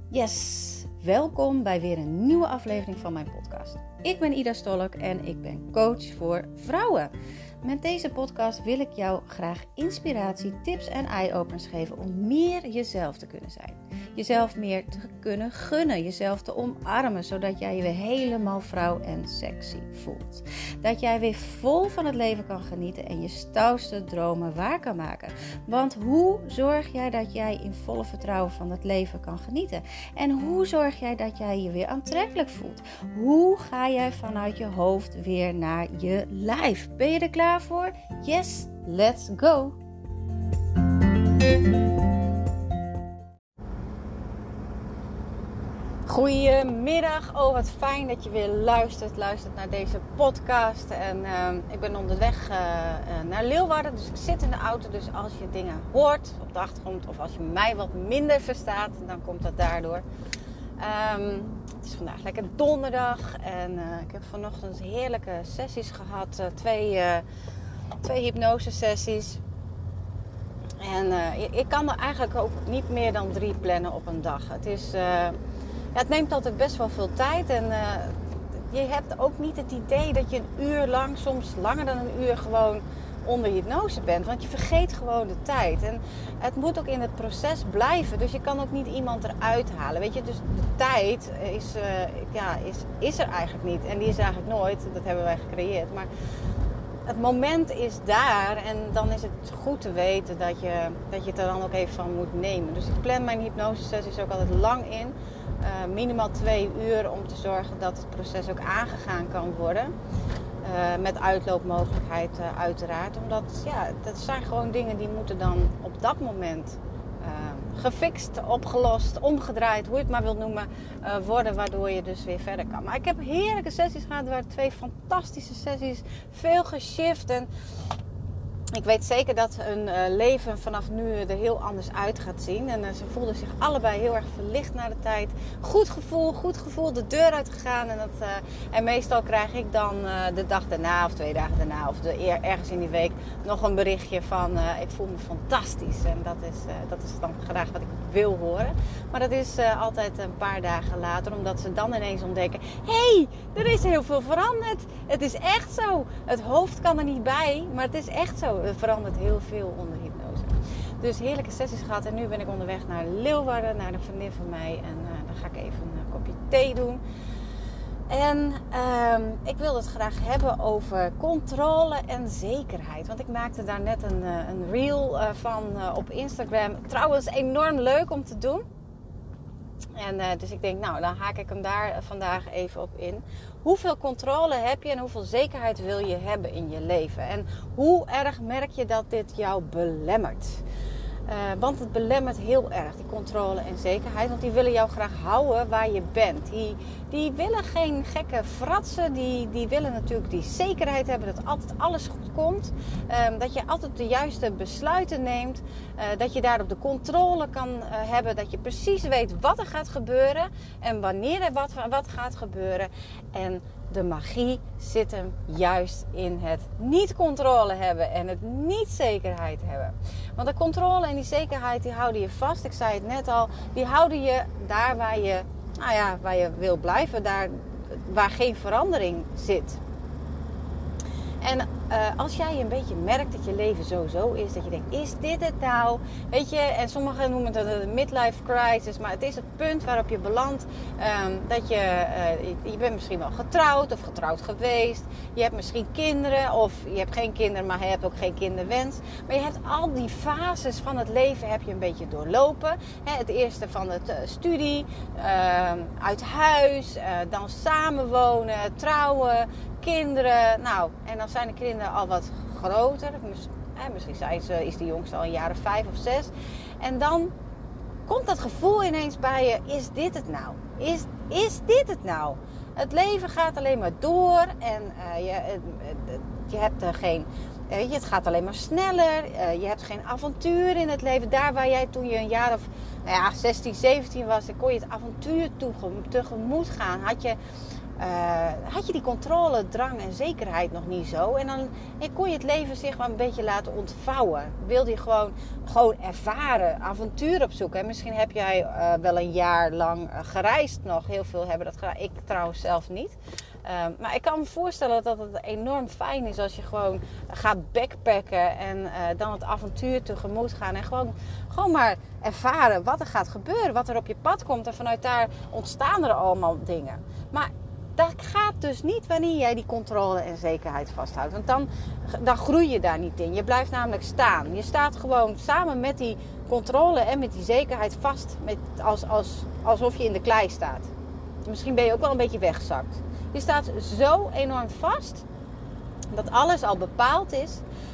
Yes, welkom bij weer een nieuwe aflevering van mijn podcast. Ik ben Ida Stolk en ik ben coach voor vrouwen. Met deze podcast wil ik jou graag inspiratie, tips en eye-openers geven om meer jezelf te kunnen zijn. Jezelf meer te kunnen gunnen, jezelf te omarmen, zodat jij je weer helemaal vrouw en sexy voelt. Dat jij weer vol van het leven kan genieten en je stoutste dromen waar kan maken. Want hoe zorg jij dat jij in volle vertrouwen van het leven kan genieten? En hoe zorg jij dat jij je weer aantrekkelijk voelt? Hoe ga jij vanuit je hoofd weer naar je lijf? Ben je er klaar voor? Yes, let's go! Goedemiddag, wat fijn dat je weer luistert naar deze podcast. En ik ben onderweg naar Leeuwarden, dus ik zit in de auto. Dus als je dingen hoort op de achtergrond of als je mij wat minder verstaat, dan komt dat daardoor. Het is vandaag lekker donderdag en ik heb vanochtend heerlijke sessies gehad. Twee hypnose sessies. En ik kan er eigenlijk ook niet meer dan 3 plannen op een dag. Het neemt altijd best wel veel tijd. En je hebt ook niet het idee dat je een uur lang, soms langer dan een uur, gewoon onder hypnose bent. Want je vergeet gewoon de tijd. En het moet ook in het proces blijven. Dus je kan ook niet iemand eruit halen. Weet je, dus de tijd is er eigenlijk niet. En die is eigenlijk nooit. Dat hebben wij gecreëerd. Maar het moment is daar en dan is het goed te weten dat je het er dan ook even van moet nemen. Dus ik plan mijn hypnosesessies ook altijd lang in. Minimaal 2 uur om te zorgen dat het proces ook aangegaan kan worden. Met uitloopmogelijkheid uiteraard. Omdat dat zijn gewoon dingen die moeten dan op dat moment gefixt, opgelost, omgedraaid, hoe je het maar wilt noemen, worden, waardoor je dus weer verder kan. Maar ik heb heerlijke sessies gehad, er waren 2 fantastische sessies, veel geshift en ik weet zeker dat hun leven vanaf nu er heel anders uit gaat zien. En ze voelden zich allebei heel erg verlicht na de tijd. Goed gevoel, de deur uitgegaan. En meestal krijg ik dan de dag daarna of 2 dagen daarna of ergens in die week nog een berichtje van ik voel me fantastisch. En dat is dan graag wat ik wil horen. Maar dat is altijd een paar dagen later, omdat ze dan ineens ontdekken: hey, er is heel veel veranderd. Het is echt zo. Het hoofd kan er niet bij, maar het is echt zo. Er verandert heel veel onder hypnose. Dus heerlijke sessies gehad. En nu ben ik onderweg naar Leeuwarden, naar een vriendin van mij. En dan ga ik even een kopje thee doen. En ik wilde het graag hebben over controle en zekerheid. Want ik maakte daar net een reel van op Instagram. Trouwens, enorm leuk om te doen. En dus ik denk, dan haak ik hem daar vandaag even op in. Hoeveel controle heb je en hoeveel zekerheid wil je hebben in je leven? En hoe erg merk je dat dit jou belemmert? Want het belemmert heel erg, die controle en zekerheid. Want die willen jou graag houden waar je bent. Die willen geen gekke fratsen. Die willen natuurlijk die zekerheid hebben dat altijd alles goed komt. Dat je altijd de juiste besluiten neemt. Dat je daarop de controle kan hebben. Dat je precies weet wat er gaat gebeuren. En wanneer er wat gaat gebeuren. En de magie zit hem juist in het niet controle hebben en het niet zekerheid hebben. Want de controle en die zekerheid, die houden je vast. Ik zei het net al, die houden je daar waar je wil blijven. Daar waar geen verandering zit. En als jij een beetje merkt dat je leven zo is, dat je denkt, is dit het nou? Weet je, en sommigen noemen het een midlife crisis, maar het is het punt waarop je belandt dat je bent misschien wel getrouwd of getrouwd geweest. Je hebt misschien kinderen of je hebt geen kinderen, maar je hebt ook geen kinderwens. Maar je hebt al die fases van het leven heb je een beetje doorlopen. Het eerste van het studie, uit huis, dan samenwonen, trouwen, kinderen. Nou, en dan zijn de kinderen al wat groter. Misschien is de jongste al een jaar of 5 of 6. En dan komt dat gevoel ineens bij je. Is dit het nou? Is dit het nou? Het leven gaat alleen maar door. En je hebt er geen... het gaat alleen maar sneller. Je hebt geen avontuur in het leven. Daar waar jij toen je een jaar of 16, 17 was, dan kon je het avontuur tegemoet gaan. Had je had je die controle, drang en zekerheid nog niet zo. En dan kon je het leven zich wel een beetje laten ontvouwen. Wilde je gewoon ervaren, avontuur opzoeken. En misschien heb jij wel een jaar lang gereisd nog. Heel veel hebben dat gedaan. Ik trouwens zelf niet. Maar ik kan me voorstellen dat het enorm fijn is als je gewoon gaat backpacken en dan het avontuur tegemoet gaan. En gewoon maar ervaren wat er gaat gebeuren, wat er op je pad komt. En vanuit daar ontstaan er allemaal dingen. Maar dat gaat dus niet wanneer jij die controle en zekerheid vasthoudt. Want dan groei je daar niet in. Je blijft namelijk staan. Je staat gewoon samen met die controle en met die zekerheid vast. Alsof je in de klei staat. Misschien ben je ook wel een beetje weggezakt. Je staat zo enorm vast dat alles al bepaald is.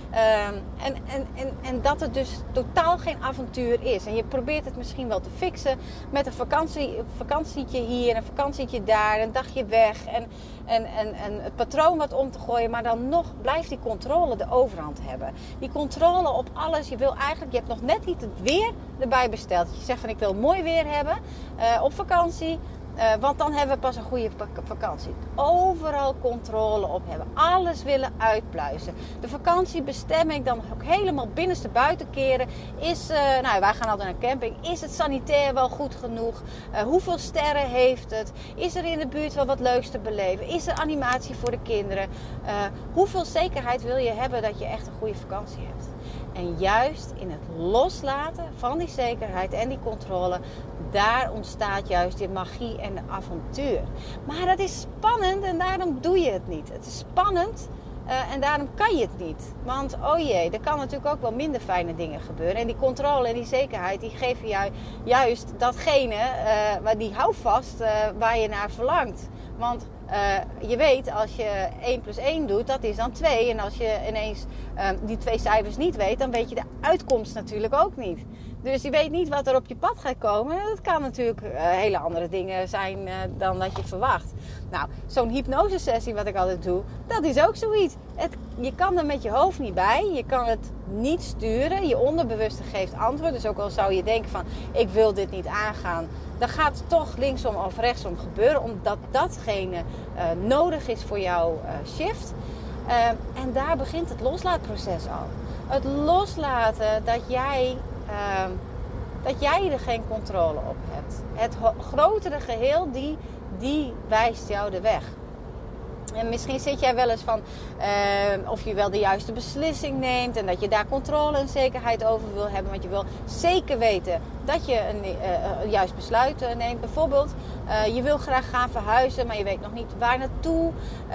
En dat het dus totaal geen avontuur is. En je probeert het misschien wel te fixen met een vakantietje hier, een vakantietje daar, een dagje weg. En het patroon wat om te gooien. Maar dan nog blijft die controle de overhand hebben. Die controle op alles. Je hebt nog net niet het weer erbij besteld. Je zegt van ik wil mooi weer hebben op vakantie. Want dan hebben we pas een goede vakantie. Overal controle op hebben. Alles willen uitpluizen. De vakantiebestemming dan ook helemaal binnenstebuiten keren. Wij gaan altijd naar een camping. Is het sanitair wel goed genoeg? Hoeveel sterren heeft het? Is er in de buurt wel wat leuks te beleven? Is er animatie voor de kinderen? Hoeveel zekerheid wil je hebben dat je echt een goede vakantie hebt? En juist in het loslaten van die zekerheid en die controle, daar ontstaat juist die magie en de avontuur. Maar dat is spannend en daarom doe je het niet. Het is spannend en daarom kan je het niet. Want oh jee, er kan natuurlijk ook wel minder fijne dingen gebeuren. En die controle en die zekerheid, die geven jou juist datgene, die houvast waar je naar verlangt. Want je weet, als je 1 + 1 doet, dat is dan 2. En als je ineens die 2 cijfers niet weet, dan weet je de uitkomst natuurlijk ook niet. Dus je weet niet wat er op je pad gaat komen. Dat kan natuurlijk hele andere dingen zijn dan dat je verwacht. Nou, zo'n hypnosesessie wat ik altijd doe, dat is ook zoiets. Je kan er met je hoofd niet bij. Je kan het niet sturen. Je onderbewuste geeft antwoord. Dus ook al zou je denken van, ik wil dit niet aangaan. Dan gaat het toch linksom of rechtsom gebeuren. Omdat datgene nodig is voor jouw shift. En daar begint het loslaatproces al. Het loslaten dat jij er geen controle op hebt. Het grotere geheel, die wijst jou de weg. En misschien zit jij wel eens van of je wel de juiste beslissing neemt. En dat je daar controle en zekerheid over wil hebben. Want je wil zeker weten dat je een juist besluit neemt. Bijvoorbeeld, je wil graag gaan verhuizen, maar je weet nog niet waar naartoe.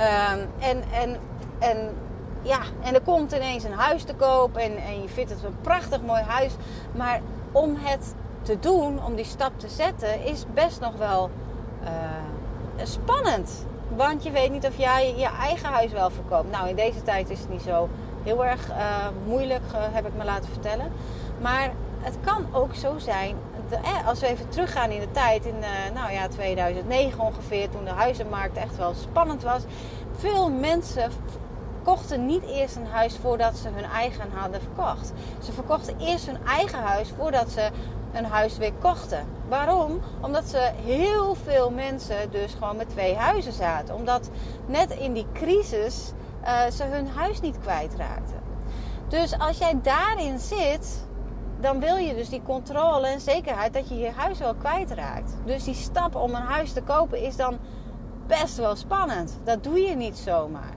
En er komt ineens een huis te koop en je vindt het een prachtig mooi huis. Maar om het te doen, om die stap te zetten, is best nog wel spannend. Want je weet niet of jij je eigen huis wel verkoopt. Nou, in deze tijd is het niet zo heel erg moeilijk, heb ik me laten vertellen. Maar het kan ook zo zijn, als we even teruggaan in de tijd, in 2009 ongeveer, toen de huizenmarkt echt wel spannend was. Veel mensen kochten niet eerst een huis voordat ze hun eigen hadden verkocht. Ze verkochten eerst hun eigen huis voordat ze een huis weer kochten. Waarom? Omdat ze heel veel mensen dus gewoon met 2 huizen zaten. Omdat net in die crisis ze hun huis niet kwijtraakten. Dus als jij daarin zit, dan wil je dus die controle en zekerheid dat je je huis wel kwijtraakt. Dus die stap om een huis te kopen is dan best wel spannend. Dat doe je niet zomaar.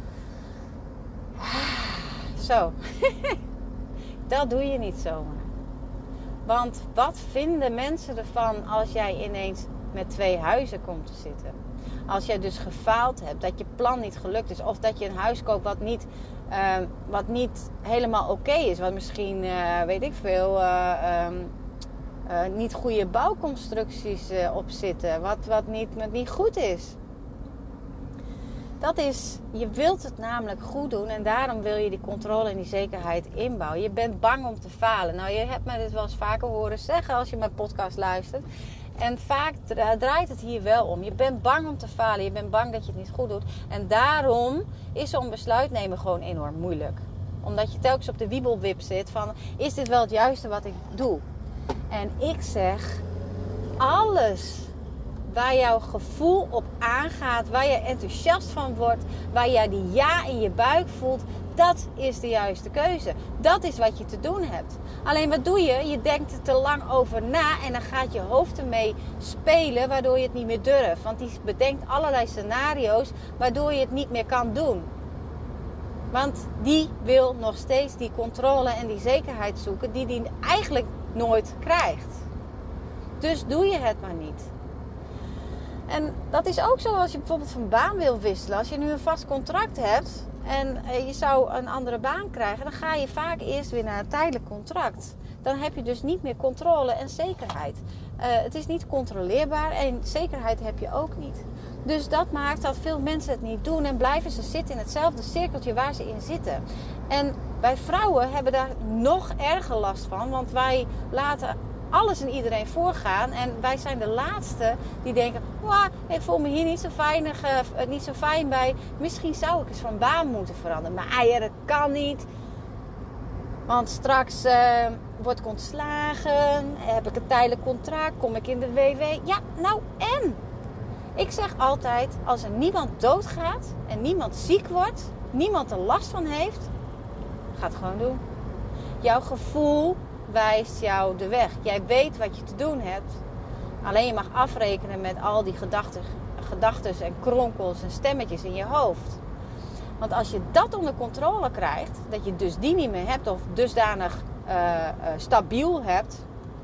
Zo. Dat doe je niet zomaar. Want wat vinden mensen ervan als jij ineens met 2 huizen komt te zitten? Als jij dus gefaald hebt, dat je plan niet gelukt is. Of dat je een huis koopt wat niet helemaal oké is. Wat misschien, niet goede bouwconstructies op zitten. Wat niet goed is. Dat is, je wilt het namelijk goed doen en daarom wil je die controle en die zekerheid inbouwen. Je bent bang om te falen. Nou, je hebt mij dit wel eens vaker horen zeggen als je mijn podcast luistert. En vaak draait het hier wel om. Je bent bang om te falen. Je bent bang dat je het niet goed doet. En daarom is zo'n besluit nemen gewoon enorm moeilijk. Omdat je telkens op de wiebelwip zit van, is dit wel het juiste wat ik doe? En ik zeg, alles waar jouw gevoel op aangaat, waar je enthousiast van wordt, waar jij die ja in je buik voelt, dat is de juiste keuze. Dat is wat je te doen hebt. Alleen wat doe je? Je denkt er te lang over na en dan gaat je hoofd ermee spelen, waardoor je het niet meer durft. Want die bedenkt allerlei scenario's waardoor je het niet meer kan doen. Want die wil nog steeds die controle en die zekerheid zoeken die eigenlijk nooit krijgt. Dus doe je het maar niet. En dat is ook zo als je bijvoorbeeld van baan wil wisselen. Als je nu een vast contract hebt en je zou een andere baan krijgen, dan ga je vaak eerst weer naar een tijdelijk contract. Dan heb je dus niet meer controle en zekerheid. Het is niet controleerbaar en zekerheid heb je ook niet. Dus dat maakt dat veel mensen het niet doen en blijven ze zitten in hetzelfde cirkeltje waar ze in zitten. En wij vrouwen hebben daar nog erger last van, want wij laten alles en iedereen voorgaan. En wij zijn de laatste die denken, ik voel me hier niet zo fijn bij. Misschien zou ik eens van baan moeten veranderen. Maar dat kan niet. Want straks word ik ontslagen. Heb ik een tijdelijk contract. Kom ik in de WW. Ja, nou en? Ik zeg altijd, als er niemand doodgaat en niemand ziek wordt, niemand er last van heeft, ga het gewoon doen. Jouw gevoel wijst jou de weg. Jij weet wat je te doen hebt. Alleen je mag afrekenen met al die gedachten en kronkels en stemmetjes in je hoofd. Want als je dat onder controle krijgt, dat je dus die niet meer hebt of dusdanig stabiel hebt,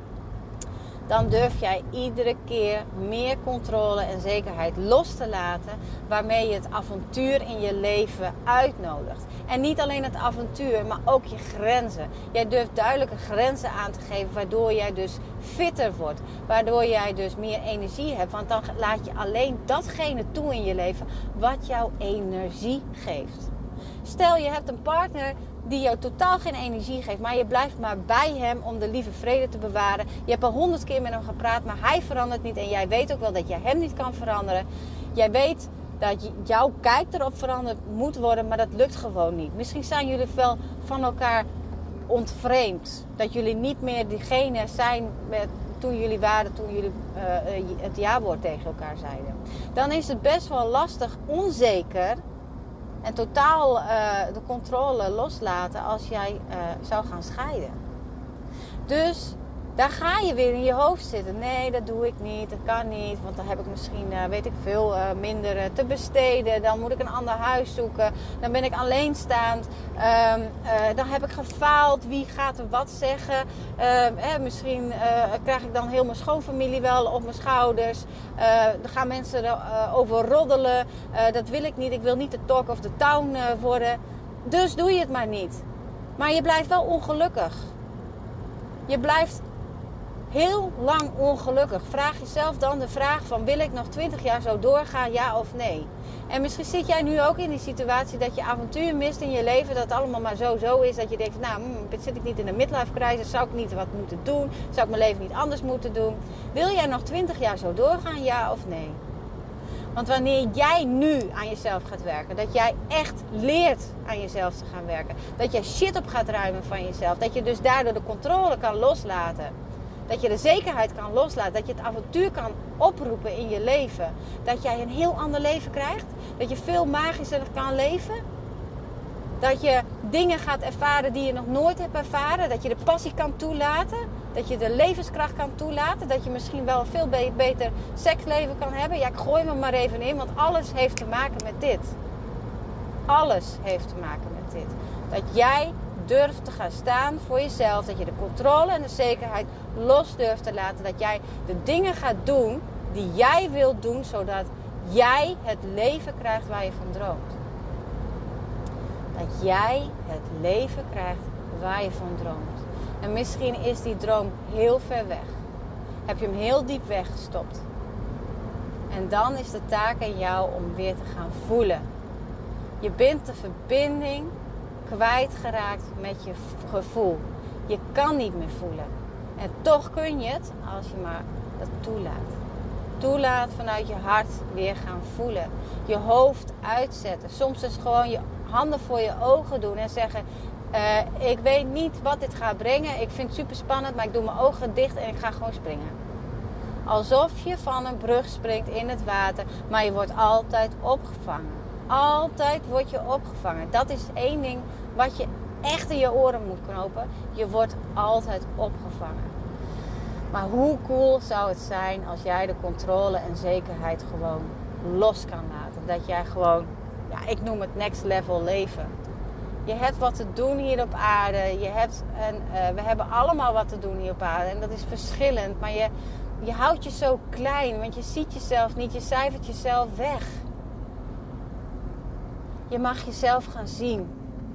dan durf jij iedere keer meer controle en zekerheid los te laten, waarmee je het avontuur in je leven uitnodigt. En niet alleen het avontuur, maar ook je grenzen. Jij durft duidelijke grenzen aan te geven, waardoor jij dus fitter wordt. Waardoor jij dus meer energie hebt. Want dan laat je alleen datgene toe in je leven wat jou energie geeft. Stel je hebt een partner die jou totaal geen energie geeft, maar je blijft maar bij hem om de lieve vrede te bewaren. Je hebt al 100 keer met hem gepraat, maar hij verandert niet. En jij weet ook wel dat je hem niet kan veranderen. Jij weet dat jouw kijk erop veranderd moet worden, maar dat lukt gewoon niet. Misschien zijn jullie wel van elkaar ontvreemd. Dat jullie niet meer diegene zijn toen jullie het ja-woord tegen elkaar zeiden. Dan is het best wel lastig, onzeker en totaal de controle loslaten als jij zou gaan scheiden. Dus daar ga je weer in je hoofd zitten. Nee, dat doe ik niet, dat kan niet. Want dan heb ik misschien, minder te besteden. Dan moet ik een ander huis zoeken. Dan ben ik alleenstaand. Dan heb ik gefaald. Wie gaat er wat zeggen? Misschien krijg ik dan heel mijn schoonfamilie wel op mijn schouders. Dan gaan mensen erover roddelen. Dat wil ik niet. Ik wil niet de talk of the town worden. Dus doe je het maar niet. Maar je blijft wel ongelukkig. Je blijft heel lang ongelukkig. Vraag jezelf dan de vraag van, wil ik nog 20 jaar zo doorgaan, ja of nee? En misschien zit jij nu ook in die situatie dat je avontuur mist in je leven, dat het allemaal maar zo is, dat je denkt, zit ik niet in een midlife crisis, zou ik niet wat moeten doen, zou ik mijn leven niet anders moeten doen? Wil jij nog 20 jaar zo doorgaan, ja of nee? Want wanneer jij nu aan jezelf gaat werken, dat jij echt leert aan jezelf te gaan werken, dat jij shit op gaat ruimen van jezelf, dat je dus daardoor de controle kan loslaten, dat je de zekerheid kan loslaten, dat je het avontuur kan oproepen in je leven, dat jij een heel ander leven krijgt, dat je veel magischer kan leven, dat je dingen gaat ervaren die je nog nooit hebt ervaren, dat je de passie kan toelaten, dat je de levenskracht kan toelaten, dat je misschien wel een veel beter seksleven kan hebben. Ja, ik gooi me maar even in, want alles heeft te maken met dit. Alles heeft te maken met dit. Dat jij durft te gaan staan voor jezelf, dat je de controle en de zekerheid los durft te laten, dat jij de dingen gaat doen die jij wilt doen, zodat jij het leven krijgt waar je van droomt. Dat jij het leven krijgt waar je van droomt. En misschien is die droom heel ver weg. Heb je hem heel diep weggestopt. En dan is de taak aan jou om weer te gaan voelen. Je bent de verbinding kwijtgeraakt met je gevoel. Je kan niet meer voelen. En toch kun je het als je maar dat toelaat. Toelaat vanuit je hart weer gaan voelen. Je hoofd uitzetten. Soms is gewoon je handen voor je ogen doen en zeggen, ik weet niet wat dit gaat brengen. Ik vind het super spannend, maar ik doe mijn ogen dicht en ik ga gewoon springen. Alsof je van een brug springt in het water, maar je wordt altijd opgevangen. Altijd word je opgevangen. Dat is één ding wat je echt in je oren moet knopen. Je wordt altijd opgevangen. Maar hoe cool zou het zijn als jij de controle en zekerheid gewoon los kan laten. Dat jij gewoon, ik noem het next level leven. Je hebt wat te doen hier op aarde. We hebben allemaal wat te doen hier op aarde. En dat is verschillend. Maar je houdt je zo klein. Want je ziet jezelf niet. Je cijfert jezelf weg. Je mag jezelf gaan zien.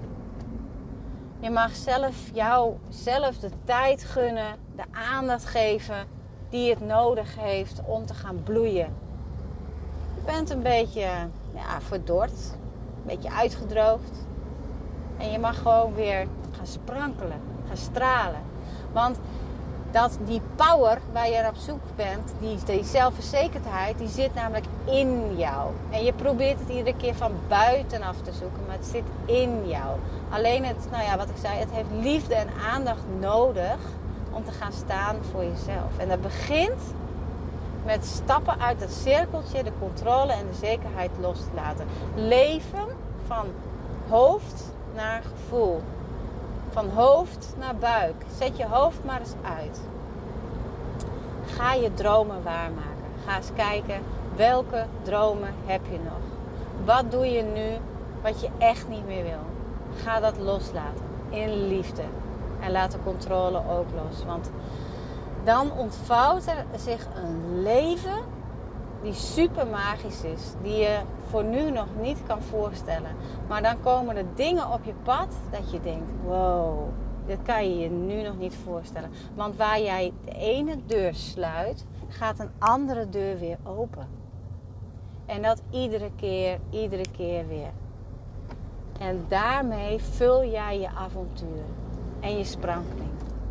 Je mag jouzelf de tijd gunnen. De aandacht geven die het nodig heeft om te gaan bloeien. Je bent een beetje verdord. Een beetje uitgedroogd. En je mag gewoon weer gaan sprankelen. Gaan stralen. Want die power waar je naar op zoek bent, die zelfverzekerdheid, die zit namelijk in jou. En je probeert het iedere keer van buitenaf te zoeken, maar het zit in jou. Alleen wat ik zei, het heeft liefde en aandacht nodig om te gaan staan voor jezelf. En dat begint met stappen uit het cirkeltje, de controle en de zekerheid los te laten. Leven van hoofd naar gevoel. Van hoofd naar buik. Zet je hoofd maar eens uit. Ga je dromen waarmaken. Ga eens kijken, welke dromen heb je nog? Wat doe je nu wat je echt niet meer wil? Ga dat loslaten. In liefde. En laat de controle ook los. Want dan ontvouwt er zich een leven die super magisch is. Die je voor nu nog niet kan voorstellen. Maar dan komen er dingen op je pad dat je denkt, wow, dit kan je je nu nog niet voorstellen. Want waar jij de ene deur sluit, gaat een andere deur weer open. En dat iedere keer weer. En daarmee vul jij je avontuur en je sprankeling.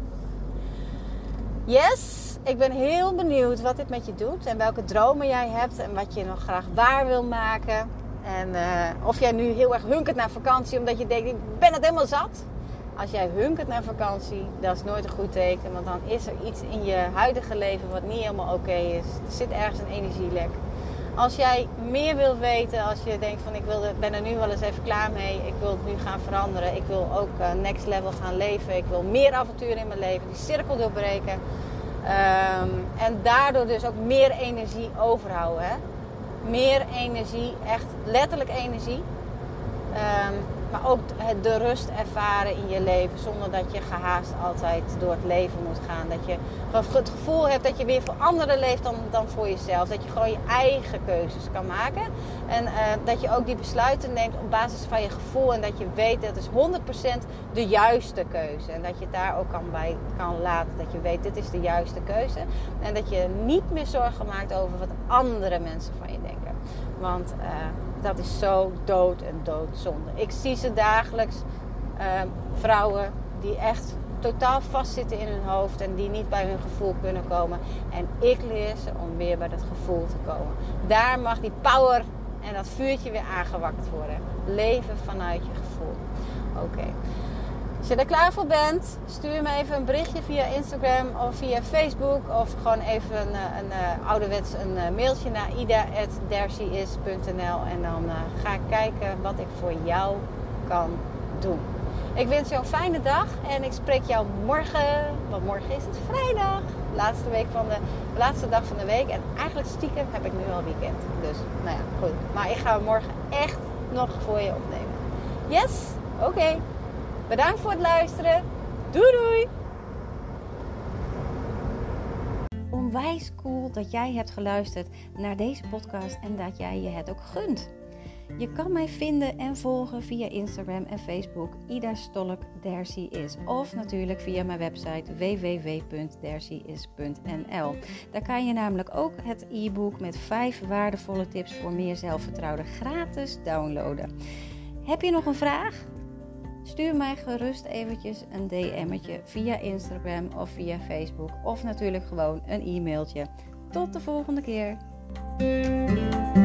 Yes, ik ben heel benieuwd wat dit met je doet en welke dromen jij hebt en wat je nog graag waar wil maken. En of jij nu heel erg hunkert naar vakantie omdat je denkt, ik ben het helemaal zat. Als jij hunkert naar vakantie, dat is nooit een goed teken. Want dan is er iets in je huidige leven wat niet helemaal oké is. Er zit ergens een energielek. Als jij meer wil weten, als je denkt van ben er nu wel eens even klaar mee. Ik wil het nu gaan veranderen. Ik wil ook next level gaan leven. Ik wil meer avontuur in mijn leven. Die cirkel doorbreken. En daardoor dus ook meer energie overhouden. Hè? Meer energie, echt letterlijk energie. Maar ook de rust ervaren in je leven. Zonder dat je gehaast altijd door het leven moet gaan. Dat je het gevoel hebt dat je weer voor anderen leeft dan voor jezelf. Dat je gewoon je eigen keuzes kan maken. En dat je ook die besluiten neemt op basis van je gevoel. En dat je weet dat is 100% de juiste keuze. En dat je het daar ook bij kan laten. Dat je weet dit is de juiste keuze. En dat je niet meer zorgen maakt over wat andere mensen van je denken. Want dat is zo dood en doodzonde. Ik zie ze dagelijks. Vrouwen die echt totaal vastzitten in hun hoofd. En die niet bij hun gevoel kunnen komen. En ik leer ze om weer bij dat gevoel te komen. Daar mag die power en dat vuurtje weer aangewakkerd worden. Leven vanuit je gevoel. Oké. Als je er klaar voor bent, stuur me even een berichtje via Instagram of via Facebook. Of gewoon even ouderwets een mailtje naar ida@dercyis.nl. En dan ga ik kijken wat ik voor jou kan doen. Ik wens jou een fijne dag en ik spreek jou morgen. Want morgen is het vrijdag. Laatste dag van de week. En eigenlijk stiekem heb ik nu al weekend. Dus goed. Maar ik ga morgen echt nog voor je opnemen. Yes? Oké. Bedankt voor het luisteren. Doei doei! Onwijs cool dat jij hebt geluisterd naar deze podcast en dat jij je het ook gunt. Je kan mij vinden en volgen via Instagram en Facebook Ida Stolk Dercy is. Of natuurlijk via mijn website www.dercyis.nl. Daar kan je namelijk ook het e-book met 5 waardevolle tips voor meer zelfvertrouwen gratis downloaden. Heb je nog een vraag? Stuur mij gerust eventjes een DM'tje via Instagram of via Facebook. Of natuurlijk gewoon een e-mailtje. Tot de volgende keer.